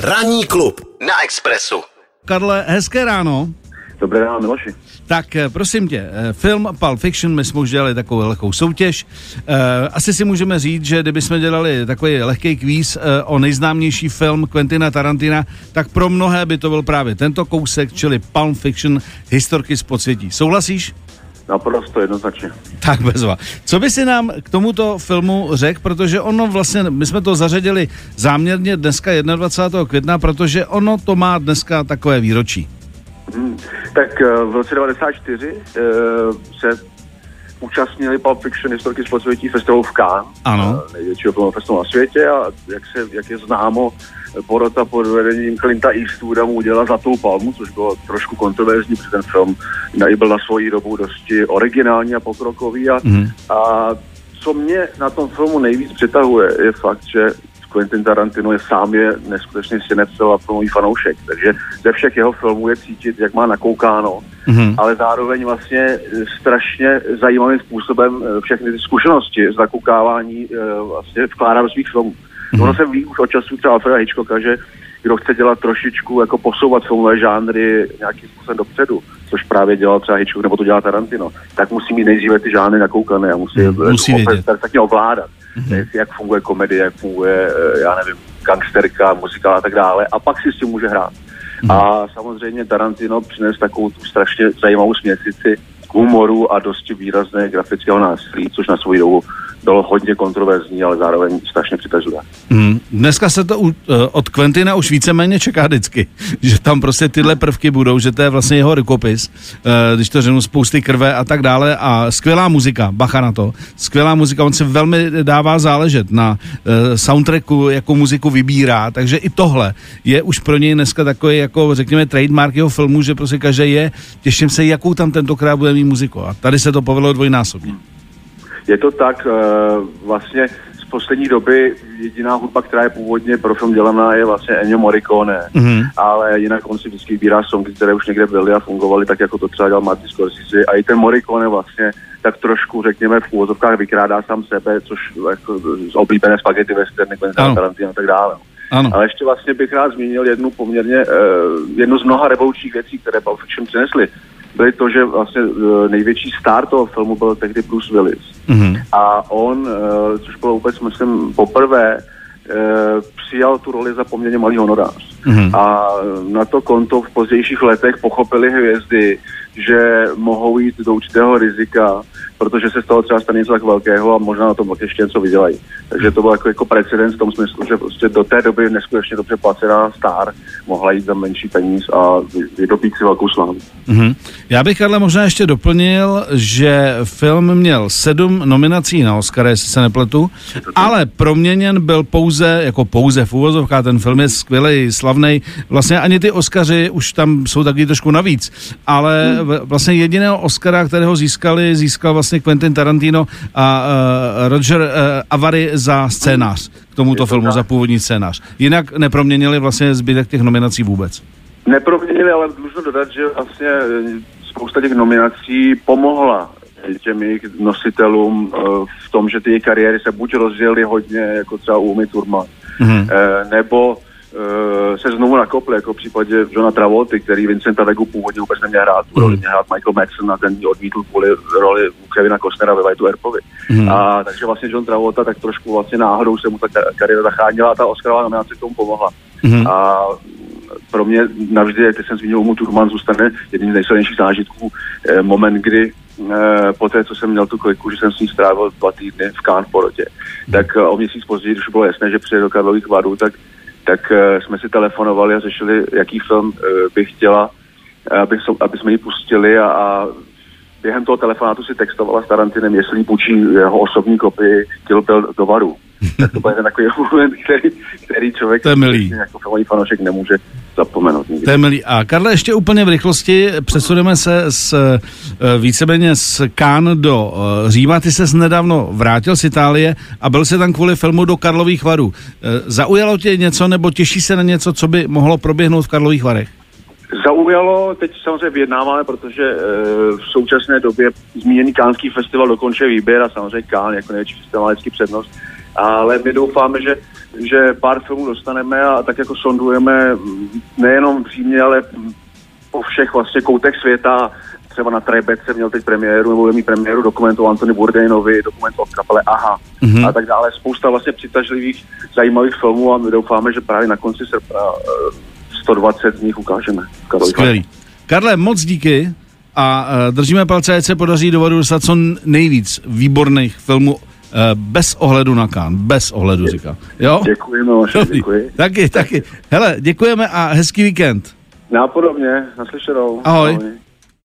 Ranní klub na Expressu. Karle, hezké ráno. Dobré ráno, Miloši. Tak prosím tě, film Pulp Fiction, my jsme už dělali takovou lehkou soutěž. Asi si můžeme říct, že kdybychom dělali takový lehký kvíz o nejznámější film Quentina Tarantina, tak pro mnohé by to byl právě tento kousek, čili Pulp Fiction, historky z podsvětí. Souhlasíš? Naprosto jednoznačně. Tak bezva. Co by si nám k tomuto filmu řekl, protože ono vlastně, my jsme to zařadili záměrně dneska 21. května, protože ono to má dneska takové výročí. Tak v roce 1994 se účastnili Pulp Fiction historky z podsvětí festivalu v Cannes, ano. Největšího filmového festivalu na světě, a jak je známo, porota pod vedením Clinta Eastwooda mu udělala Zlatou palmu, což bylo trošku kontroverzní, protože ten film byl na svoji dobu dosti originální a pokrokový a co mě na tom filmu nejvíc přitahuje, je fakt, že Quentin Tarantino je neskutečný cinefil a filmový fanoušek, takže ze všech jeho filmů je cítit, jak má nakoukáno, ale zároveň vlastně strašně zajímavým způsobem všechny ty zkušenosti z nakoukávání vlastně vkládá do svých filmů. Ono se ví už od času třeba Alfreda Hitchcocka, že kdo chce dělat trošičku, jako posouvat filmové žánry nějakým způsobem dopředu, což právě dělal třeba Hitchcock, nebo to dělá Tarantino, tak musí mít nejdříve ty žánry nakoukané a musí perfektně ovládat. Jak funguje komedie, jak funguje, já nevím, gangsterka, muzikál a tak dále, a pak si s tím může hrát. A samozřejmě Tarantino přines takovou tu strašně zajímavou směsici humoru a dosti výrazné grafického násilí, což na svou dobu bylo hodně kontroverzní, ale zároveň strašně přitažlivé. Dneska se to od Quentina už víceméně čeká vždycky, že tam prostě tyhle prvky budou, že to je vlastně jeho rukopis, když to řeknu, spousty krve a tak dále, a skvělá muzika, bacha na to, skvělá muzika, on se velmi dává záležet na soundtracku, jakou muziku vybírá, takže i tohle je už pro něj dneska takový, jako řekněme, trademark jeho filmu, že prostě každý těším se, jakou tam tentokrát bude mít muziku, a tady se to povedlo dvojnásobně. Je to tak, vlastně z poslední doby jediná hudba, která je původně pro film dělaná, je vlastně Ennio Morricone, ale jinak on si vždycky vybírá songy, které už někde byly a fungovaly tak, jako to třeba dělal Martin Scorsese, a i ten Morricone vlastně tak trošku, řekněme, v úvozovkách vykrádá sám sebe, což jako z oblíbené spaghetti westerny, Tarantino a tak dále. Ano. Ale ještě vlastně bych rád zmínil jednu z mnoha revolučních věcí, které Pulp Fiction přinesly. Byly to, že vlastně největší star toho filmu byl tehdy Bruce Willis. A on, což bylo vůbec, myslím, poprvé, přijal tu roli za poměrně malý honorář. A na to konto v pozdějších letech pochopili hvězdy, že mohou jít do určitého rizika, protože se z toho třeba stane něco tak velkého a možná na tom ještě něco vydělají. Takže to byl jako precedens v tom smyslu, že prostě do té doby neskutečně dobře placená star mohla jít za menší peníz a vydobít si velkou slávu. Já bych, Karle, možná ještě doplnil, že film měl 7 nominací na Oscara, jestli se nepletu, ale proměněn byl pouze v uvozovkách, ten film je skvělej, slavnej, vlastně ani ty Oscaři už tam jsou taky trošku navíc, ale vlastně jediného Oscara, kterého získal vlastně Quentin Tarantino a Roger Avary za scénář k tomuto filmu, za původní scénář. Jinak neproměnili vlastně zbytek těch nominací vůbec. Neproměnili, ale dlužno dodat, že vlastně spousta těch nominací pomohla těm jejich nositelům v tom, že ty jejich kariéry se buď rozdělily hodně, jako třeba Uma Thurman, nebo se znovu nakopli, jako v případě Johna Travolty, který Vincenta Vegu původně vůbec neměl hrát, měl hrát Michael Madsen a ten odmítl kvůli roli Kevina Costnera ve Whiteu Earpovi. A takže vlastně John Travolta tak trošku vlastně náhodou se mu ta kariéra zachránila a ta Oscarová nominace k tomu pomohla. A pro mě navždy, jak jsem zmínil, Uma Thurman zůstane jedním z nejsilnějších zážitků. Moment, kdy po té, co jsem měl tu kliku, že jsem s ní strávil 2 týdny v Cannes porotě, tak o měsíc později, když bylo jasné, že přijde do Karlových Varů, tak jsme si telefonovali a řešili, jaký film bych chtěla, aby jsme ji pustili, a během toho telefonátu si textovala s Tarantinem, jestli jí půjčí jeho osobní kopii Kill Bill do Varu. Tak to byl ten takový moment, který člověk jako filmový fanoušek nemůže zapomenout nikdy. To je milý. A Karle, ještě úplně v rychlosti přesuneme se víceméně z Cannes do Říma. Ty ses nedávno vrátil z Itálie a byl jsi tam kvůli filmu do Karlových Varů. Zaujalo tě něco, nebo těší se na něco, co by mohlo proběhnout v Karlových Varech? Zaujalo, teď samozřejmě vyjednáváme, protože v současné době zmíněný Canneský festival dokončuje výběr a samozřejmě Cannes jako největší festival má vždycky přednost. ale my doufáme, že pár filmů dostaneme a tak jako sondujeme nejenom v Římě, ale po všech vlastně koutech světa. Třeba na Trebece měl teď premiéru, nebo mít premiéru dokumentu o Anthony Bourdainovi, dokument o kapele Aha a tak dále. Spousta vlastně přitažlivých, zajímavých filmů a my doufáme, že právě na konci srpna 120 z nich ukážeme. Skvělý. Karle, moc díky a držíme palce, ať se podaří do vodu dostat co nejvíc výborných filmů bez ohledu na Cannes. Bez ohledu, říká. Jo? Děkujeme, děkuji. Taky. Hele, děkujeme a hezký víkend. Nápodobně, naslyšenou. Ahoj.